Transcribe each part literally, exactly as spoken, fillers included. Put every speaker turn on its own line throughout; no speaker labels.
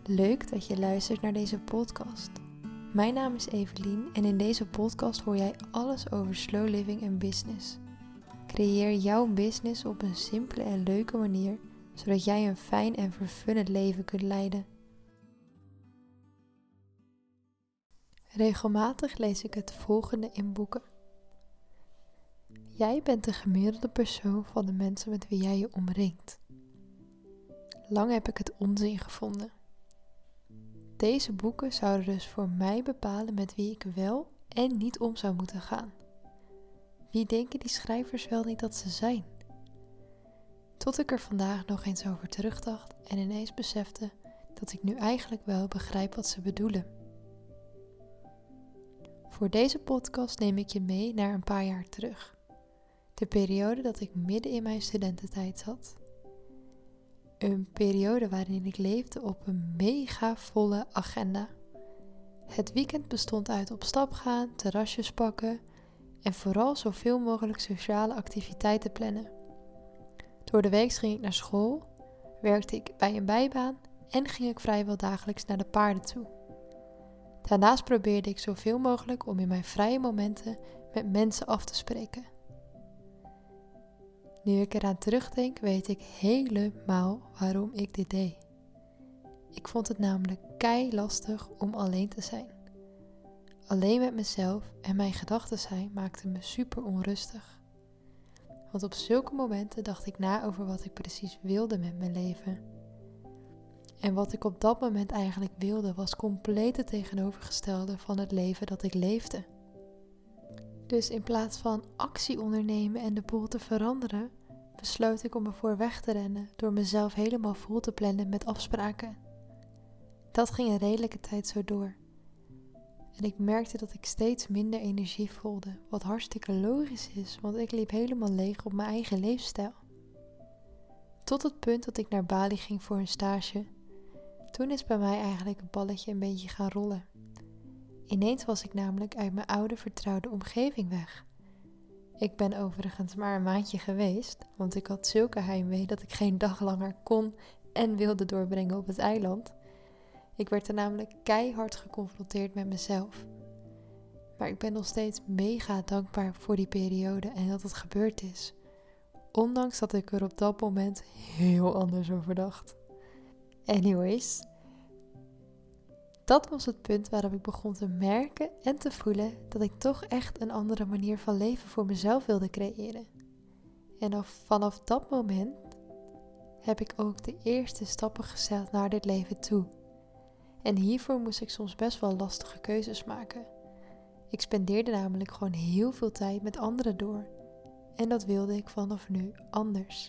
Leuk dat je luistert naar deze podcast. Mijn naam is Evelien en in deze podcast hoor jij alles over slow living en business. Creëer jouw business op een simpele en leuke manier, zodat jij een fijn en vervullend leven kunt leiden. Regelmatig lees ik het volgende in boeken. Jij bent de gemiddelde persoon van de mensen met wie jij je omringt. Lang heb ik het onzin gevonden. Deze boeken zouden dus voor mij bepalen met wie ik wel en niet om zou moeten gaan. Wie denken die schrijvers wel niet dat ze zijn? Tot ik er vandaag nog eens over terugdacht en ineens besefte dat ik nu eigenlijk wel begrijp wat ze bedoelen. Voor deze podcast neem ik je mee naar een paar jaar terug. De periode dat ik midden in mijn studententijd zat. Een periode waarin ik leefde op een mega volle agenda. Het weekend bestond uit op stap gaan, terrasjes pakken en vooral zoveel mogelijk sociale activiteiten plannen. Door de week ging ik naar school, werkte ik bij een bijbaan en ging ik vrijwel dagelijks naar de paarden toe. Daarnaast probeerde ik zoveel mogelijk om in mijn vrije momenten met mensen af te spreken. Nu ik eraan terugdenk, weet ik helemaal waarom ik dit deed. Ik vond het namelijk kei lastig om alleen te zijn. Alleen met mezelf en mijn gedachten zijn maakte me super onrustig. Want op zulke momenten dacht ik na over wat ik precies wilde met mijn leven. En wat ik op dat moment eigenlijk wilde was compleet het tegenovergestelde van het leven dat ik leefde. Dus in plaats van actie ondernemen en de boel te veranderen, besloot ik om ervoor weg te rennen door mezelf helemaal vol te plannen met afspraken. Dat ging een redelijke tijd zo door. En ik merkte dat ik steeds minder energie voelde, wat hartstikke logisch is, want ik liep helemaal leeg op mijn eigen leefstijl. Tot het punt dat ik naar Bali ging voor een stage. Toen is bij mij eigenlijk het balletje een beetje gaan rollen. Ineens was ik namelijk uit mijn oude vertrouwde omgeving weg. Ik ben overigens maar een maandje geweest, want ik had zulke heimwee dat ik geen dag langer kon en wilde doorbrengen op het eiland. Ik werd er namelijk keihard geconfronteerd met mezelf. Maar ik ben nog steeds mega dankbaar voor die periode en dat het gebeurd is. Ondanks dat ik er op dat moment heel anders over dacht. Anyways, dat was het punt waarop ik begon te merken en te voelen dat ik toch echt een andere manier van leven voor mezelf wilde creëren. En vanaf dat moment heb ik ook de eerste stappen gezet naar dit leven toe. En hiervoor moest ik soms best wel lastige keuzes maken. Ik spendeerde namelijk gewoon heel veel tijd met anderen door. En dat wilde ik vanaf nu anders.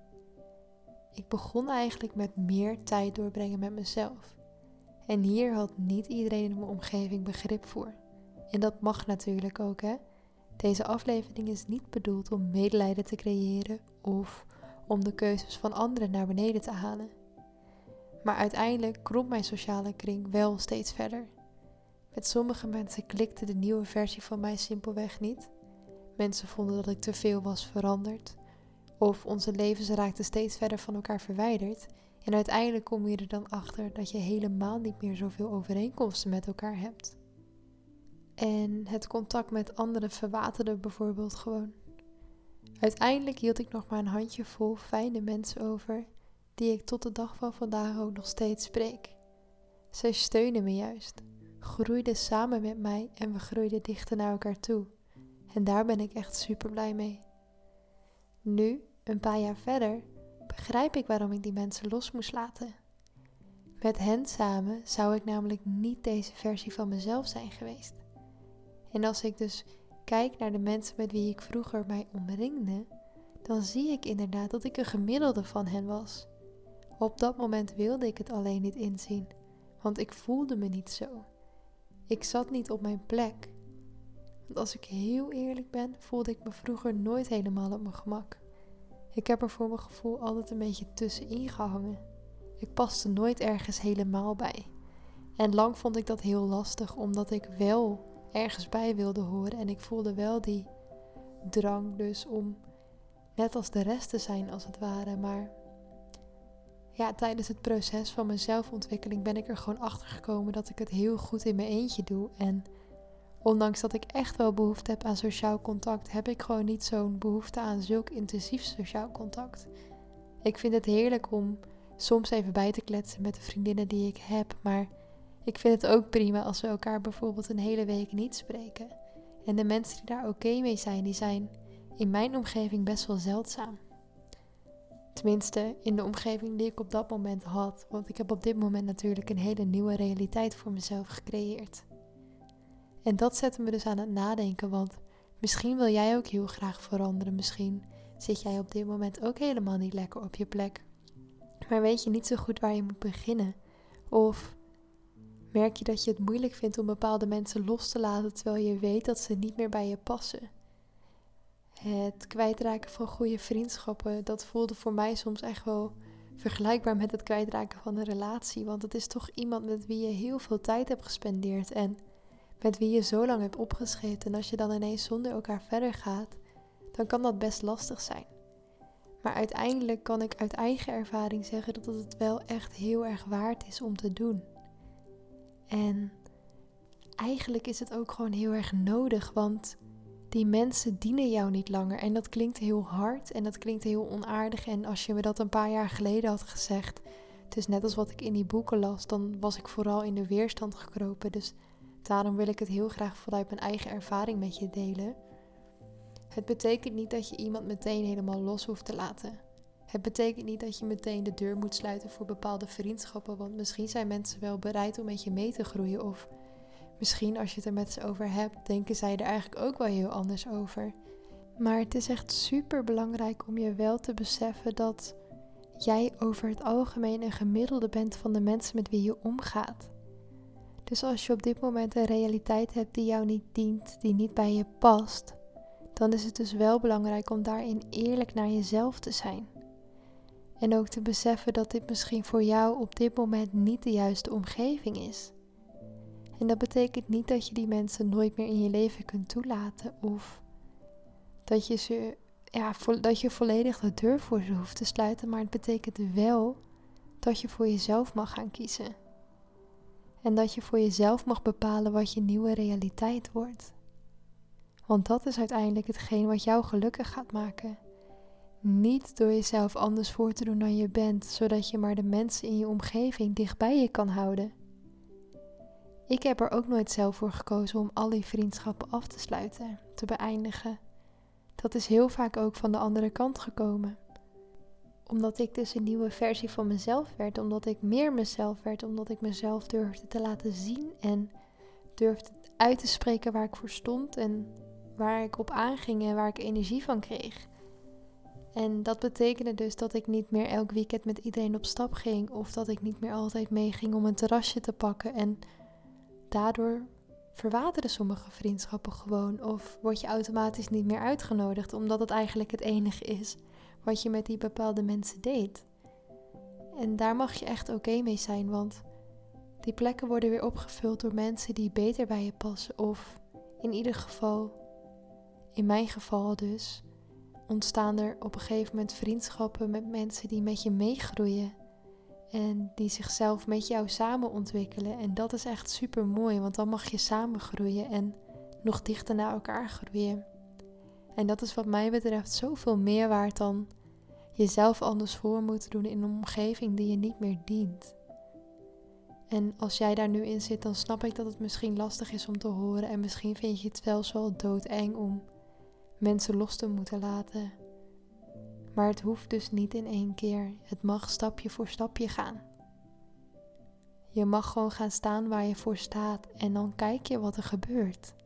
Ik begon eigenlijk met meer tijd doorbrengen met mezelf. En hier had niet iedereen in mijn omgeving begrip voor. En dat mag natuurlijk ook, hè. Deze aflevering is niet bedoeld om medelijden te creëren of om de keuzes van anderen naar beneden te halen. Maar uiteindelijk kromp mijn sociale kring wel steeds verder. Met sommige mensen klikte de nieuwe versie van mij simpelweg niet. Mensen vonden dat ik te veel was veranderd. Of onze levens raakten steeds verder van elkaar verwijderd. En uiteindelijk kom je er dan achter dat je helemaal niet meer zoveel overeenkomsten met elkaar hebt. En het contact met anderen verwaterde bijvoorbeeld gewoon. Uiteindelijk hield ik nog maar een handjevol fijne mensen over, die ik tot de dag van vandaag ook nog steeds spreek. Zij steunen me juist, groeiden samen met mij en we groeiden dichter naar elkaar toe. En daar ben ik echt super blij mee. Nu, een paar jaar verder, begrijp ik waarom ik die mensen los moest laten. Met hen samen zou ik namelijk niet deze versie van mezelf zijn geweest. En als ik dus kijk naar de mensen met wie ik vroeger mij omringde, dan zie ik inderdaad dat ik een gemiddelde van hen was. Op dat moment wilde ik het alleen niet inzien, want ik voelde me niet zo. Ik zat niet op mijn plek. Want als ik heel eerlijk ben, voelde ik me vroeger nooit helemaal op mijn gemak. Ik heb er voor mijn gevoel altijd een beetje tussenin gehangen. Ik paste nooit ergens helemaal bij. En lang vond ik dat heel lastig, omdat ik wel ergens bij wilde horen. En ik voelde wel die drang dus om net als de rest te zijn als het ware. Maar ja, tijdens het proces van mijn zelfontwikkeling ben ik er gewoon achter gekomen dat ik het heel goed in mijn eentje doe. En ondanks dat ik echt wel behoefte heb aan sociaal contact, heb ik gewoon niet zo'n behoefte aan zulk intensief sociaal contact. Ik vind het heerlijk om soms even bij te kletsen met de vriendinnen die ik heb, maar ik vind het ook prima als we elkaar bijvoorbeeld een hele week niet spreken. En de mensen die daar oké mee zijn, die zijn in mijn omgeving best wel zeldzaam. Tenminste, in de omgeving die ik op dat moment had. Want ik heb op dit moment natuurlijk een hele nieuwe realiteit voor mezelf gecreëerd. En dat zette me dus aan het nadenken, want misschien wil jij ook heel graag veranderen. Misschien zit jij op dit moment ook helemaal niet lekker op je plek. Maar weet je niet zo goed waar je moet beginnen? Of merk je dat je het moeilijk vindt om bepaalde mensen los te laten terwijl je weet dat ze niet meer bij je passen? Het kwijtraken van goede vriendschappen, dat voelde voor mij soms echt wel vergelijkbaar met het kwijtraken van een relatie. Want het is toch iemand met wie je heel veel tijd hebt gespendeerd en met wie je zo lang hebt opgescheept. En als je dan ineens zonder elkaar verder gaat, dan kan dat best lastig zijn. Maar uiteindelijk kan ik uit eigen ervaring zeggen dat het wel echt heel erg waard is om te doen. En eigenlijk is het ook gewoon heel erg nodig, want die mensen dienen jou niet langer. En dat klinkt heel hard en dat klinkt heel onaardig. En als je me dat een paar jaar geleden had gezegd, het is net als wat ik in die boeken las, dan was ik vooral in de weerstand gekropen. Dus daarom wil ik het heel graag vanuit mijn eigen ervaring met je delen. Het betekent niet dat je iemand meteen helemaal los hoeft te laten. Het betekent niet dat je meteen de deur moet sluiten voor bepaalde vriendschappen, want misschien zijn mensen wel bereid om met je mee te groeien. Of misschien als je het er met ze over hebt, denken zij er eigenlijk ook wel heel anders over. Maar het is echt super belangrijk om je wel te beseffen dat jij over het algemeen een gemiddelde bent van de mensen met wie je omgaat. Dus als je op dit moment een realiteit hebt die jou niet dient, die niet bij je past, dan is het dus wel belangrijk om daarin eerlijk naar jezelf te zijn. En ook te beseffen dat dit misschien voor jou op dit moment niet de juiste omgeving is. En dat betekent niet dat je die mensen nooit meer in je leven kunt toelaten. Of dat je, ze, ja, vo- dat je volledig de deur voor ze hoeft te sluiten. Maar het betekent wel dat je voor jezelf mag gaan kiezen. En dat je voor jezelf mag bepalen wat je nieuwe realiteit wordt. Want dat is uiteindelijk hetgeen wat jou gelukkig gaat maken. Niet door jezelf anders voor te doen dan je bent, zodat je maar de mensen in je omgeving dichtbij je kan houden. Ik heb er ook nooit zelf voor gekozen om al die vriendschappen af te sluiten, te beëindigen. Dat is heel vaak ook van de andere kant gekomen. Omdat ik dus een nieuwe versie van mezelf werd, omdat ik meer mezelf werd, omdat ik mezelf durfde te laten zien en durfde uit te spreken waar ik voor stond en waar ik op aanging en waar ik energie van kreeg. En dat betekende dus dat ik niet meer elk weekend met iedereen op stap ging of dat ik niet meer altijd meeging om een terrasje te pakken. En daardoor verwateren sommige vriendschappen gewoon of word je automatisch niet meer uitgenodigd omdat het eigenlijk het enige is wat je met die bepaalde mensen deed. En daar mag je echt oké mee zijn, want die plekken worden weer opgevuld door mensen die beter bij je passen. Of in ieder geval, in mijn geval dus, ontstaan er op een gegeven moment vriendschappen met mensen die met je meegroeien. En die zichzelf met jou samen ontwikkelen. En dat is echt super mooi, want dan mag je samen groeien en nog dichter naar elkaar groeien. En dat is wat mij betreft zoveel meer waard dan jezelf anders voor moeten doen in een omgeving die je niet meer dient. En als jij daar nu in zit, dan snap ik dat het misschien lastig is om te horen. En misschien vind je het wel zo doodeng om mensen los te moeten laten. Maar het hoeft dus niet in één keer. Het mag stapje voor stapje gaan. Je mag gewoon gaan staan waar je voor staat en dan kijk je wat er gebeurt.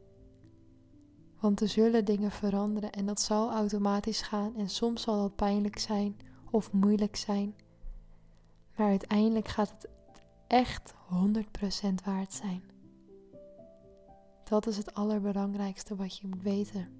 Want er zullen dingen veranderen en dat zal automatisch gaan en soms zal dat pijnlijk zijn of moeilijk zijn. Maar uiteindelijk gaat het echt honderd procent waard zijn. Dat is het allerbelangrijkste wat je moet weten.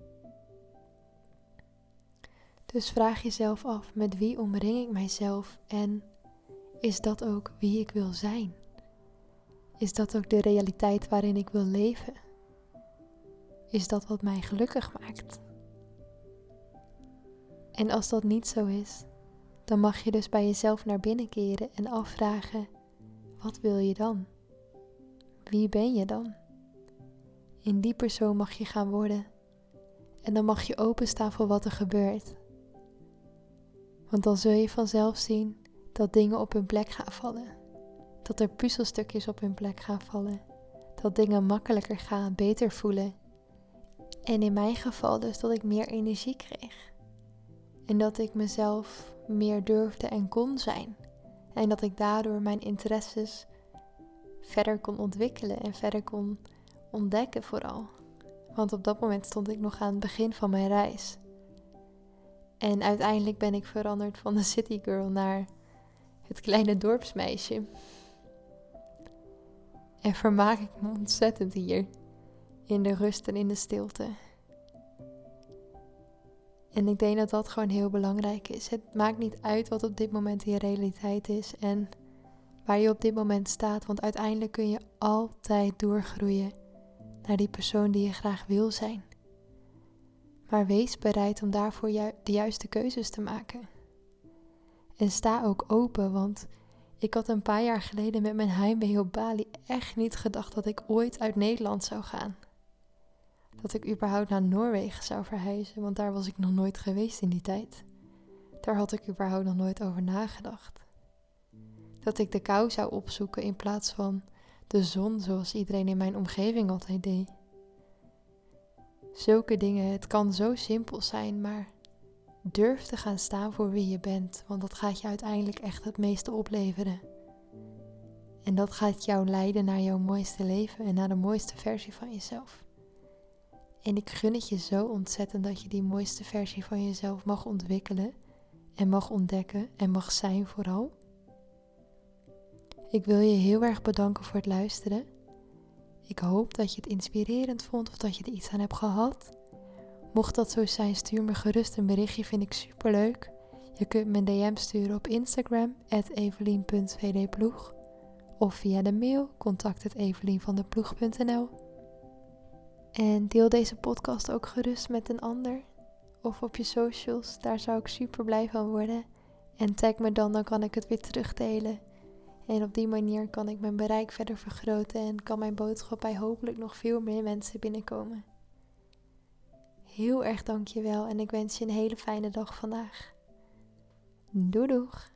Dus vraag jezelf af, met wie omring ik mijzelf en is dat ook wie ik wil zijn? Is dat ook de realiteit waarin ik wil leven? Is dat wat mij gelukkig maakt? En als dat niet zo is, dan mag je dus bij jezelf naar binnen keren en afvragen, wat wil je dan? Wie ben je dan? In die persoon mag je gaan worden. En dan mag je openstaan voor wat er gebeurt. Want dan zul je vanzelf zien dat dingen op hun plek gaan vallen. Dat er puzzelstukjes op hun plek gaan vallen. Dat dingen makkelijker gaan, beter voelen. En in mijn geval dus dat ik meer energie kreeg. En dat ik mezelf meer durfde en kon zijn. En dat ik daardoor mijn interesses verder kon ontwikkelen en verder kon ontdekken vooral. Want op dat moment stond ik nog aan het begin van mijn reis. En uiteindelijk ben ik veranderd van de city girl naar het kleine dorpsmeisje. En vermaak ik me ontzettend hier. In de rust en in de stilte. En ik denk dat dat gewoon heel belangrijk is. Het maakt niet uit wat op dit moment je realiteit is en waar je op dit moment staat. Want uiteindelijk kun je altijd doorgroeien naar die persoon die je graag wil zijn. Maar wees bereid om daarvoor ju- de juiste keuzes te maken. En sta ook open, want ik had een paar jaar geleden met mijn heimwee op Bali echt niet gedacht dat ik ooit uit Nederland zou gaan. Dat ik überhaupt naar Noorwegen zou verhuizen, want daar was ik nog nooit geweest in die tijd. Daar had ik überhaupt nog nooit over nagedacht. Dat ik de kou zou opzoeken in plaats van de zon zoals iedereen in mijn omgeving altijd deed. Zulke dingen, het kan zo simpel zijn, maar durf te gaan staan voor wie je bent, want dat gaat je uiteindelijk echt het meeste opleveren. En dat gaat jou leiden naar jouw mooiste leven en naar de mooiste versie van jezelf. En ik gun het je zo ontzettend dat je die mooiste versie van jezelf mag ontwikkelen en mag ontdekken en mag zijn vooral. Ik wil je heel erg bedanken voor het luisteren. Ik hoop dat je het inspirerend vond of dat je er iets aan hebt gehad. Mocht dat zo zijn, stuur me gerust een berichtje, vind ik superleuk. Je kunt me een D M sturen op Instagram, at evelien punt v d ploeg. Of via de mail, contact at evelien van de ploeg punt n l. En deel deze podcast ook gerust met een ander. Of op je socials, daar zou ik super blij van worden. En tag me dan, dan kan ik het weer terugdelen. En op die manier kan ik mijn bereik verder vergroten en kan mijn boodschap bij hopelijk nog veel meer mensen binnenkomen. Heel erg dankjewel en ik wens je een hele fijne dag vandaag. Doei doeg!